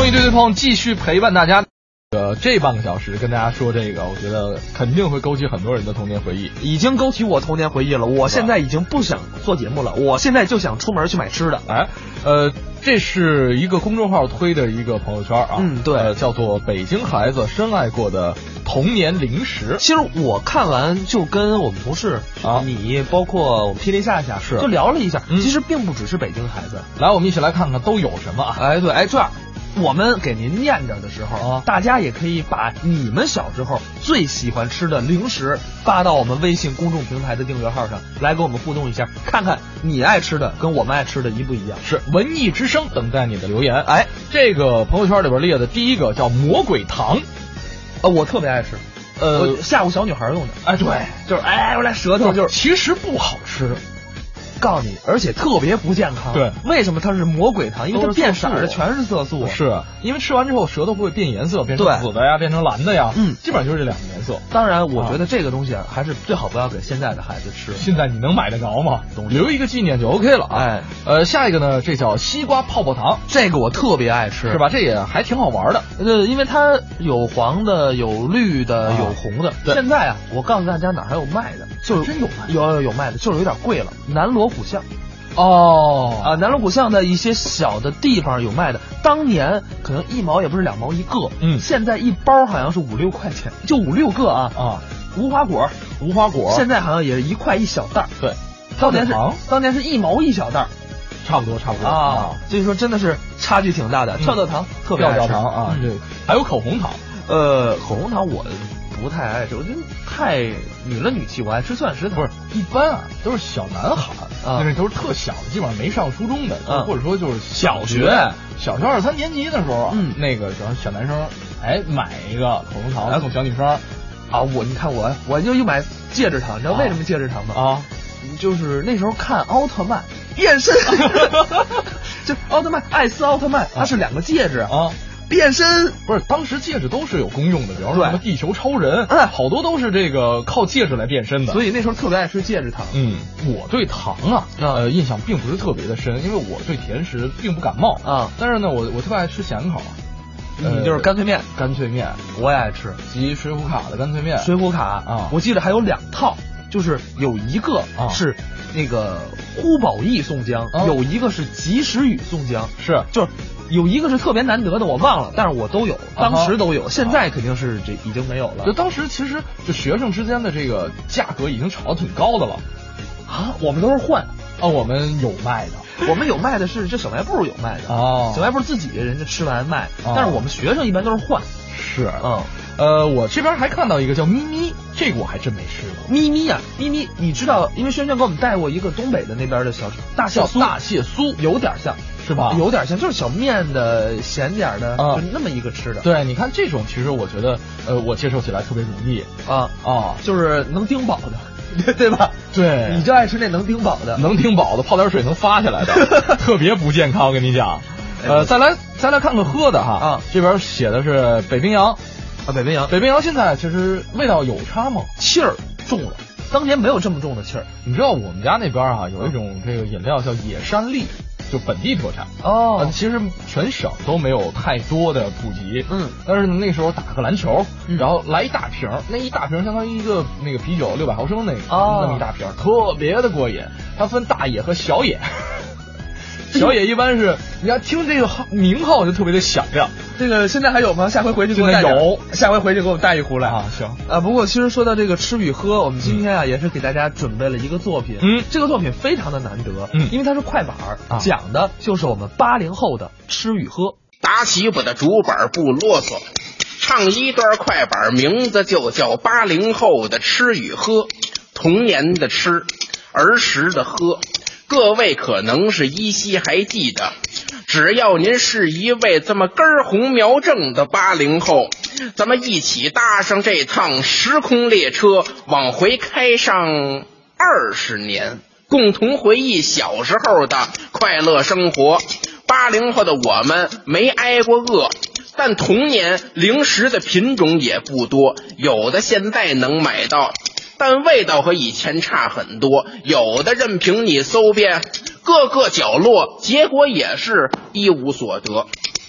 艺对对碰继续陪伴大家。这半个小时跟大家说这个，我觉得肯定会勾起很多人的童年回忆。 已经勾起我童年回忆了。我现在已经不想做节目了，我现在就想出门去买吃的。 这是一个公众号推的一个朋友圈啊， 对， 叫做北京孩子深爱过的童年零食。 其实我看完就跟我们同事你包括我们霹雳夏夏就聊了一下，其实并不只是北京孩子。 来，我们一起来看看都有什么啊？ 这样。我们给您念着的时候大家也可以把你们小时候最喜欢吃的零食发到我们微信公众平台的订阅号上来，跟我们互动一下，看看你爱吃的跟我们爱吃的一不一样。 是文艺之声等待你的留言。这个朋友圈里边列的第一个叫魔鬼糖， 我特别爱吃，我吓唬小女孩用的。 对， 就是我来舌头，就是其实不好吃。 告诉你，而且特别不健康。 对， 为什么它是魔鬼糖？因为它变色的全是色素。 是因为吃完之后舌头会变颜色，变成紫的呀，变成蓝的呀。基本上就是这两个颜色。 当然，我觉得这个东西还是最好不要给现在的孩子吃。 现在你能买得着吗？留一个纪念就 OK 了啊。下一个呢，这叫西瓜泡泡糖， 这个我特别爱吃， 是吧？这也还挺好玩的。 因为它有黄的，有绿的，有红的。现在我告诉大家哪还有卖的，就是真有卖，有卖的，就是有点贵了。南锣鼓巷。南锣鼓巷的一些小的地方有卖的，当年可能1毛也不是2毛一个，现在一包好像是5、6块钱，就5、6个啊。无花果，现在好像也是1块1小袋。 对， 当年是1毛1小袋， 差不多啊。所以说真的是差距挺大的。跳跳糖特别爱吃啊，对，还有口红糖。 口红糖我不太爱吃，我觉得太女了女气。我爱吃钻石糖。 不是，一般都是小男孩那是都是特小的，基本上没上初中的，或者说就是小学2、3年级的时候，那个时候小男生买一个口红糖送小女生你看我就买戒指糖，你知道为什么戒指糖吗？就是那时候看奥特曼变身，就奥特曼艾斯奥特曼，它是2个戒指变身。 不是，当时戒指都是有功用的，比方说什么地球超人，好多都是这个靠戒指来变身的。 所以那时候特别爱吃戒指糖。 我对糖印象并不是特别的深，因为我对甜食并不感冒但是呢，我特别爱吃咸口。 就是干脆面，我也爱吃。 集水浒卡的干脆面， 水浒卡我记得还有2套，就是有一个是那个呼保义宋江，有一个是及时雨宋江，就是有一个是特别难得的，我忘了，但是我都有，当时都有，现在肯定是这已经没有了。 就当时其实就学生之间的这个价格已经炒得挺高的了我们都是换我们有卖的， 我们有卖的是这小卖部有卖的小卖部自己人家吃完卖，但是我们学生一般都是换。 是我这边还看到一个叫咪咪，这个我还真没吃过。 咪咪你知道，因为轩轩给我们带过一个东北的那边的小大蟹酥，有点像。是吧？有点像，就是小面的咸点的，就那么一个吃的。 对，你看这种，其实我觉得，我接受起来特别容易就是能顶饱的，对吧？ 对， 你就爱吃那能顶饱的， 泡点水能发起来的，特别不健康。我跟你讲，再来看看喝的这边写的是北冰洋北冰洋现在其实味道有差吗？ 气儿重了，当年没有这么重的气儿。 你知道我们家那边有一种这个饮料叫野山栗。就本地特产其实全省都没有太多的普及但是那时候打个篮球然后来一大瓶，那一大瓶相当于一个那个啤酒600毫升那个那么一大瓶，特别的过瘾。它分大野和小野小野一般是你要听这个名号就特别的响亮。 这个现在还有吗？下回回去给我带下回回去给我带一壶来行不过其实说到这个吃与喝，我们今天也是给大家准备了一个作品这个作品非常的难得因为它是快板讲的就是我们80后的吃与喝。 打起我的主板不啰嗦，唱一段快板，名字就叫80后的吃与喝。童年的吃，儿时的喝，各位可能是依稀还记得，只要您是一位这么根红苗正的80后，咱们一起搭上这趟时空列车，往回开上20年，共同回忆小时候的快乐生活。80后的我们没挨过饿，但童年零食的品种也不多，有的现在能买到，但味道和以前差很多，有的任凭你搜遍各个角落，结果也是一无所得。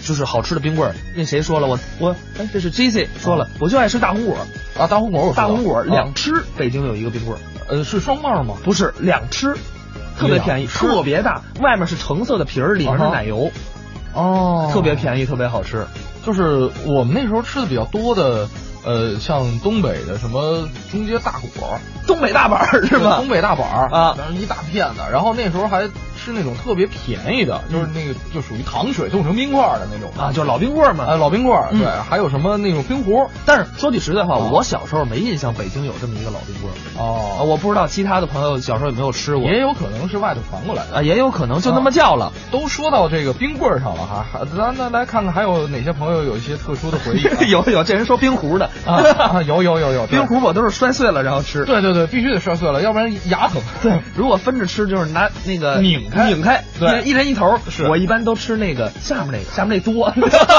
就是好吃的冰棍儿。那谁说了哎，这是 JC 说了，我就爱吃大红果啊，大红果， 大红果两吃，北京有一个冰棍儿，是双棒吗？ 不是，两吃，特别便宜，特别大，外面是橙色的皮儿，里面是奶油，特别便宜，特别好吃。 就是我们那时候吃的比较多的。像东北的什么中街大果， 东北大板是吧？ 东北大板啊，然后一大片的，然后那时候还吃那种特别便宜的，就是那个就属于糖水冻成冰块的那种啊，就是老冰棍嘛， 老冰棍，对，还有什么那种冰壶。 但是说句实在话，我小时候没印象北京有这么一个老冰棍我不知道其他的朋友小时候有没有吃过， 也有可能是外头传过来的啊，也有可能就那么叫了。 都说到这个冰棍上了哈，咱来看看还有哪些朋友有一些特殊的回忆。 有，这人说冰壶的。 有冰壶我都是摔碎了然后吃。 对，必须得摔碎了，要不然牙疼。 对，如果分着吃就是拿那个拧开， 对，一人一头。 是我一般都吃那个下面那多。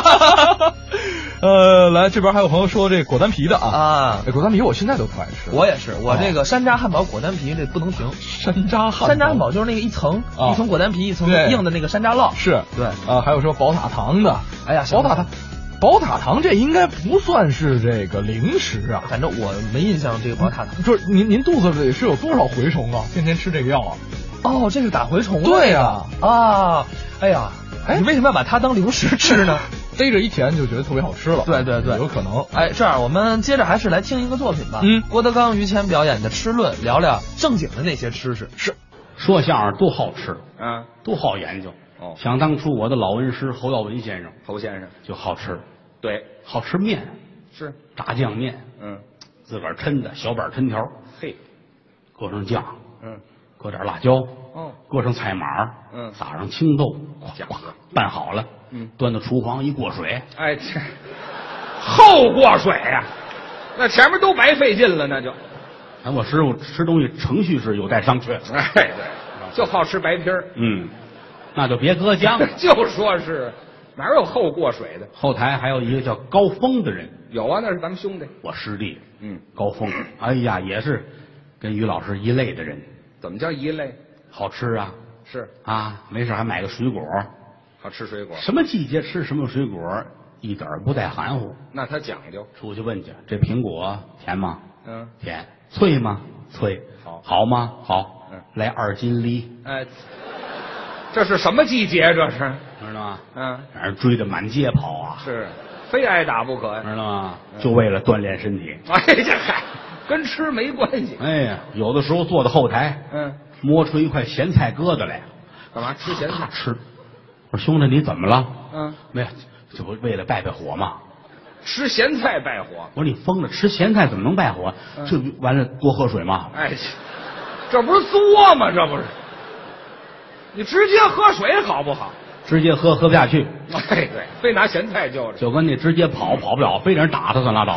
来这边还有朋友说这果丹皮的啊，果丹皮我现在都不爱吃。 我也是，我这个山楂汉堡果丹皮这不能停。 山楂汉堡就是那个一层果丹皮，一层硬的那个山楂酪。 是对还有说宝塔糖的， 哎呀， 宝塔糖这应该不算是这个零食啊， 反正我没印象这个宝塔糖。 就是您肚子里是有多少蛔虫啊？天天吃这个药啊？ 哦，这是打蛔虫的。 对呀， 哎呀，你为什么要把它当零食吃呢？ 逮着一甜就觉得特别好吃了。 对， 有可能。 这样我们接着还是来听一个作品吧。郭德纲、于谦表演的《吃论》，聊聊正经的那些吃食。 是，说相声都好吃，都好研究。想当初我的老恩师侯耀文先生， 侯先生就好吃。 对， 好吃面， 是炸酱面，自个儿抻的小板抻条， 嘿， 搁上酱，搁点辣椒，搁上菜码，撒上青豆，拌好了，端到厨房一过水， 哎，这后过水呀，那前面都白费劲了，那就。 我师傅吃东西程序是有待商榷。 哎，对，就好吃白皮儿。 那就别搁酱。 就说是哪有后过水的？ 后台还有一个叫高峰的人。 有啊，那是咱们兄弟， 我师弟。高峰，哎呀，也是跟于老师一类的人。 怎么叫一类？ 好吃啊。 是啊，没事还买个水果， 好吃水果。 什么季节吃什么水果，一点不带含糊。 那他讲究。 出去问去，这苹果甜吗？甜。脆吗？脆。好吗？好。来2斤梨。 哎。这是什么季节？这是知道吗？让人追着满街跑啊！ 是，非挨打不可呀！ 知道吗？就为了锻炼身体。 哎，这嗨，跟吃没关系。 哎呀，有的时候坐在后台，摸出一块咸菜疙瘩来， 干嘛吃咸菜？ 吃。我说兄弟，你怎么了？ 没有， 这不为了败火吗？ 吃咸菜败火？ 我说你疯了，吃咸菜怎么能败火？这完了多喝水吗？ 哎，这不是作吗？这不是。你直接喝水好不好？ 直接喝不下去。 哎，对，非拿咸菜就跟那直接跑不了，非让人打他算拉倒。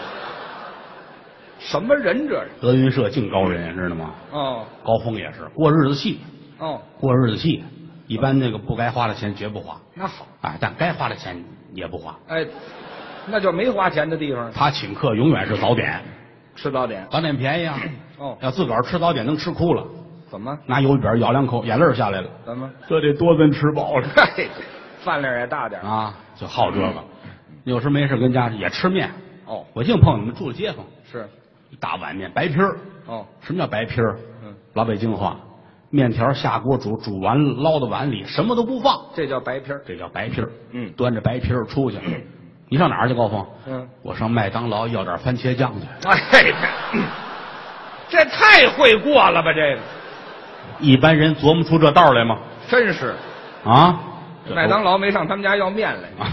什么人这是？ 德云社净高人，知道吗？高峰也是过日子细。过日子细，一般那个不该花的钱绝不花。 那好， 但该花的钱也不花。 哎，那就没花钱的地方。 他请客永远是早点， 吃早点， 早点便宜啊。要自个儿吃早点能吃哭了。 怎么拿油饼咬2口，眼泪下来了？ 怎么？ 这得多咱吃饱了。 饭量也大点啊，就好这个。有时没事跟家也吃面。我净碰你们住的街坊， 是一大碗面，白皮儿。什么叫白皮儿？老北京话，面条下锅煮，煮完捞到碗里，什么都不放， 这叫白皮儿。 这叫白皮儿。端着白皮儿出去。你上哪儿去，高峰？我上麦当劳要点番茄酱去。 哎，这太会过了吧？这个。 一般人琢磨出这道来吗？ 真是啊！ 麦当劳没上他们家要面来。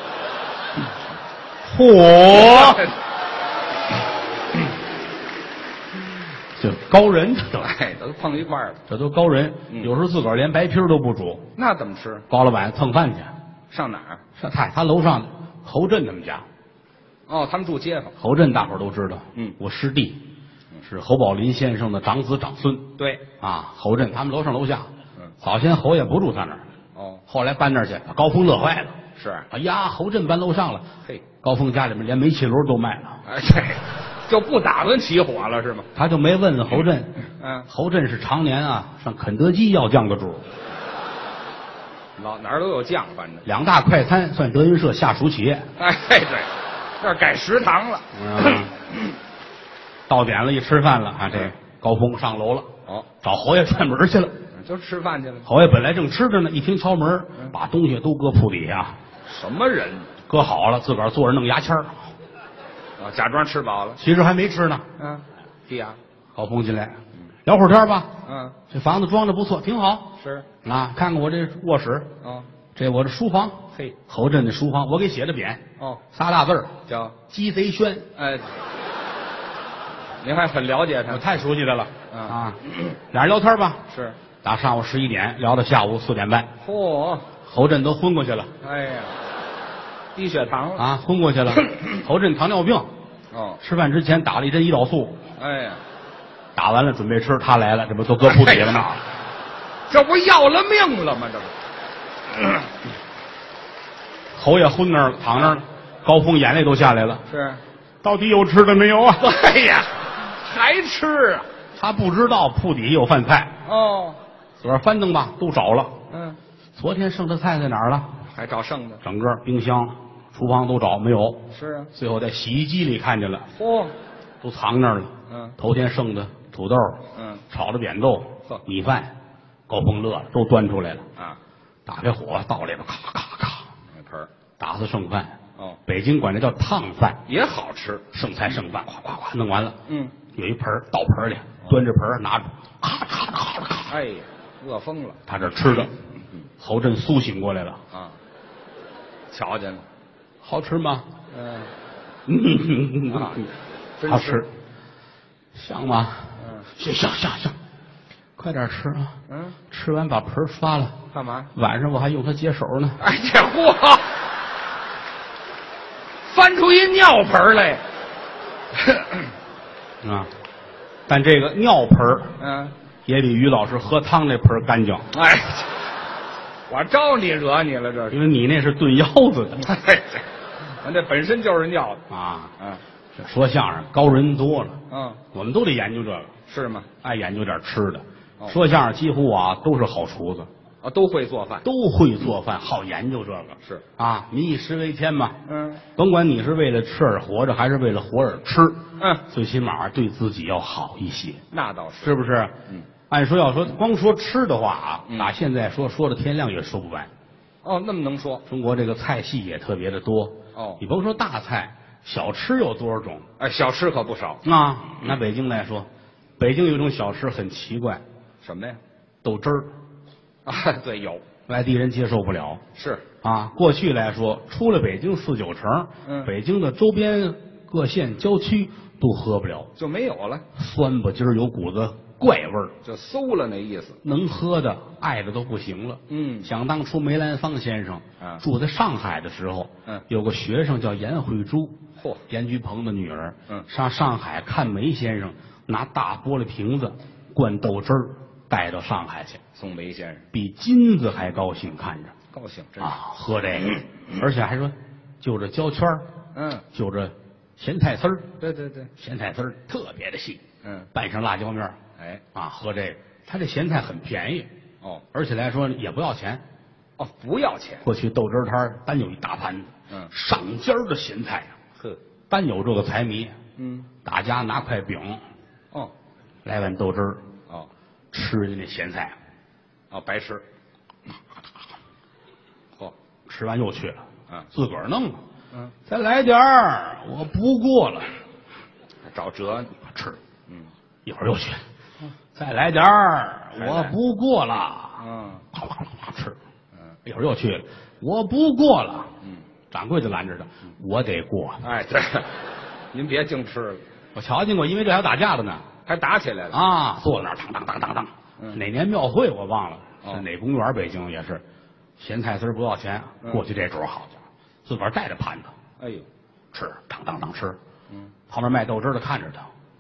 嚯！这高人， 哎，都碰一块儿了。 这都高人，有时候自个儿连白皮都不煮， 那怎么吃？ 高老板蹭饭去。 上哪儿？ 上他楼上侯震他们家。 他们住街坊。 侯震大伙儿都知道。我师弟。是侯宝林先生的长子长孙。 对啊，侯震他们楼上楼下。早先侯也不住他那儿。后来搬那儿去，把高峰乐坏了。 是， 哎呀，侯震搬楼上了。 嘿， 高峰家里面连煤气炉都卖了。 哎，对，就不打算起火了是吗？ 他就没问侯震。侯震是常年上肯德基要酱的主。 老哪儿都有酱，反正 2大快餐算德云社下属企业。 哎，对，这儿改食堂了。 到点了，一吃饭了啊，这高峰上楼了，找侯爷串门去了， 就吃饭去了。 侯爷本来正吃着呢，一听敲门，把东西都搁铺底下。 什么人？ 搁好了，自个儿坐着弄牙签儿， 假装吃饱了， 其实还没吃呢。 剔牙。 高峰进来，聊会儿天吧。 这房子装的不错，挺好。 是啊，看看我这卧室。这我这书房。 嘿， 侯震的书房，我给写的匾。仨大字儿叫鸡贼轩。 哎，您还很了解他， 我太熟悉他了。俩人聊天吧。 是， 打上午11点聊到下午4点半。 嚯， 侯震都昏过去了。 哎呀，低血糖了昏过去了。侯震糖尿病。吃饭之前打了1针胰岛素。 哎呀， 打完了准备吃，他来了，这不都搁铺底了吗？ 这不要了命了吗？这不， 侯爷昏那儿了，躺那儿了，高峰眼泪都下来了。 是， 到底有吃的没有啊？ 哎呀，还吃啊？ 他不知道铺底有饭菜。自个儿翻腾吧，都找了。昨天剩的菜在哪儿了？ 还找剩的， 整个冰箱、厨房都找没有。 是啊， 最后在洗衣机里看见了。都藏那儿了。头天剩的土豆，炒的扁豆，米饭，高峰乐了，都端出来了。打开火，倒里边，咔咔咔， 那盆打死剩饭。北京管这叫烫饭， 也好吃。 剩菜剩饭，咵咵咵弄完了。有一盆倒盆里，端着盆拿着，咔咔咔咔。 哎呀，饿疯了。 他这吃着，侯震苏醒过来了。 瞧见了， 好吃吗？好吃，香吗？香，快点吃啊！吃完把盆刷了。 干嘛？ 晚上我还用它接手呢。 哎呀，嚯！翻出一尿盆来。 但这个尿盆也比于老师喝汤那盆干净。 哎，我招你惹你了，这是？ 因为你那是炖腰子的。 我这本身就是尿的这说相声高人多了。我们都得研究这个。 是吗？ 爱研究点吃的。说相声几乎都是好厨子。 都会做饭， 好研究这个。 是民以食为天嘛。甭管你是为了吃而活着，还是为了活而吃。最起码对自己要好一些。 那倒是， 是不是？按说要说光说吃的话打现在说的天亮也说不完。 那么能说。 中国这个菜系也特别的多。你甭说大菜，小吃有多少种？ 小吃可不少。 拿北京来说，北京有一种小吃很奇怪。 什么呀？ 豆汁儿。 对，有外地人接受不了。 是过去来说，出了北京4、9城，北京的周边各县郊区都喝不了， 就没有了。 酸不筋儿，有股子怪味儿， 就馊了那意思。 能喝的爱的都不行了。想当初梅兰芳先生住在上海的时候，有个学生叫严慧珠，严菊鹏的女儿，上上海看梅先生，拿大玻璃瓶子灌豆汁儿带到上海去， 送梅先生比金子还高兴，看着高兴，真是喝这个，而且还说就着焦圈就着咸菜丝儿， 对， 咸菜丝儿特别的细，拌上辣椒面，喝这个，他这咸菜很便宜而且来说也不要钱不要钱。 过去豆汁摊单有一大盘子，上尖的咸菜单有这个财迷，大家拿块饼，来碗豆汁儿，吃的那咸菜， 白吃， 吃完又去了，自个儿弄了，再来点儿，我不过了， 找辙吃，一会儿又去，再来点儿，我不过了，吃，一会儿又去了，我不过了，掌柜的拦着他，我得过， 对，您别净吃了， 我瞧见过，因为这还有打架的呢。 还打起来了坐在那儿当当当当当。哪年庙会我忘了，是哪公园？北京也是，咸菜丝不要钱，过去这主好家伙，自个儿带着盘子， 哎呦， 吃当当当吃，旁边卖豆汁的看着他，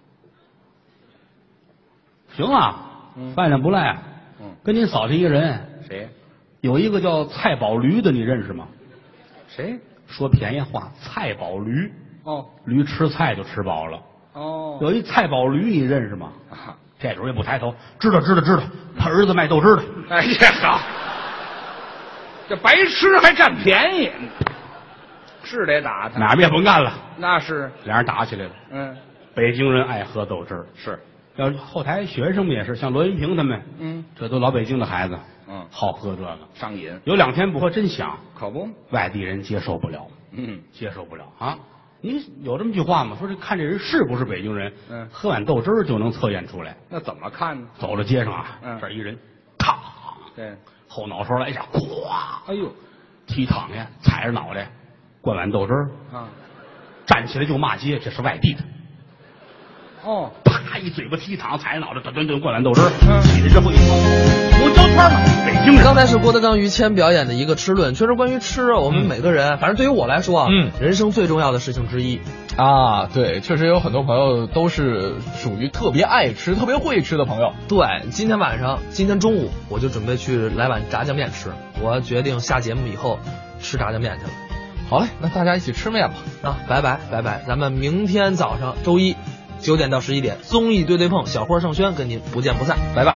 行饭上不赖，跟您扫听一个人， 谁？ 有一个叫蔡宝驴的，你认识吗？ 谁？ 说便宜话，蔡宝驴。驴吃菜就吃饱了。有一蔡宝驴，你认识吗？这主也不抬头，知道，他儿子卖豆汁的。 哎呀，好， 这白吃还占便宜，是得打他， 哪边也甭干了。 那是俩人打起来了。 嗯， 北京人爱喝豆汁儿， 是。 要后台学生们也是，像罗云平他们，这都老北京的孩子，好喝这个， 上瘾。 有2天不喝真香， 可不， 外地人接受不了，接受不了啊！你有这么句话吗？说这看这人是不是北京人，喝碗豆汁儿就能测验出来。 那怎么看呢？ 走到街上啊，这一人，咔， 对， 后脑勺来一下，咵， 哎呦， 踢躺下，踩着脑袋，灌碗豆汁儿啊，站起来就骂街，这是外地的。 哦， 啪一嘴巴踢躺，踩着脑袋，顿灌碗豆汁儿，起来之后一说，胡椒圈嘛，北京人。 刚才是郭德纲、于谦表演的一个吃论，确实关于吃，我们每个人，反正对于我来说啊，人生最重要的事情之一啊，对，确实有很多朋友都是属于特别爱吃、特别会吃的朋友。 对，今天中午我就准备去来碗炸酱面吃，我决定下节目以后吃炸酱面去了。 好嘞，那大家一起吃面吧。 啊，拜拜，咱们明天早上周一9点到11点，综艺对对碰，小霍盛轩跟您不见不散，拜拜。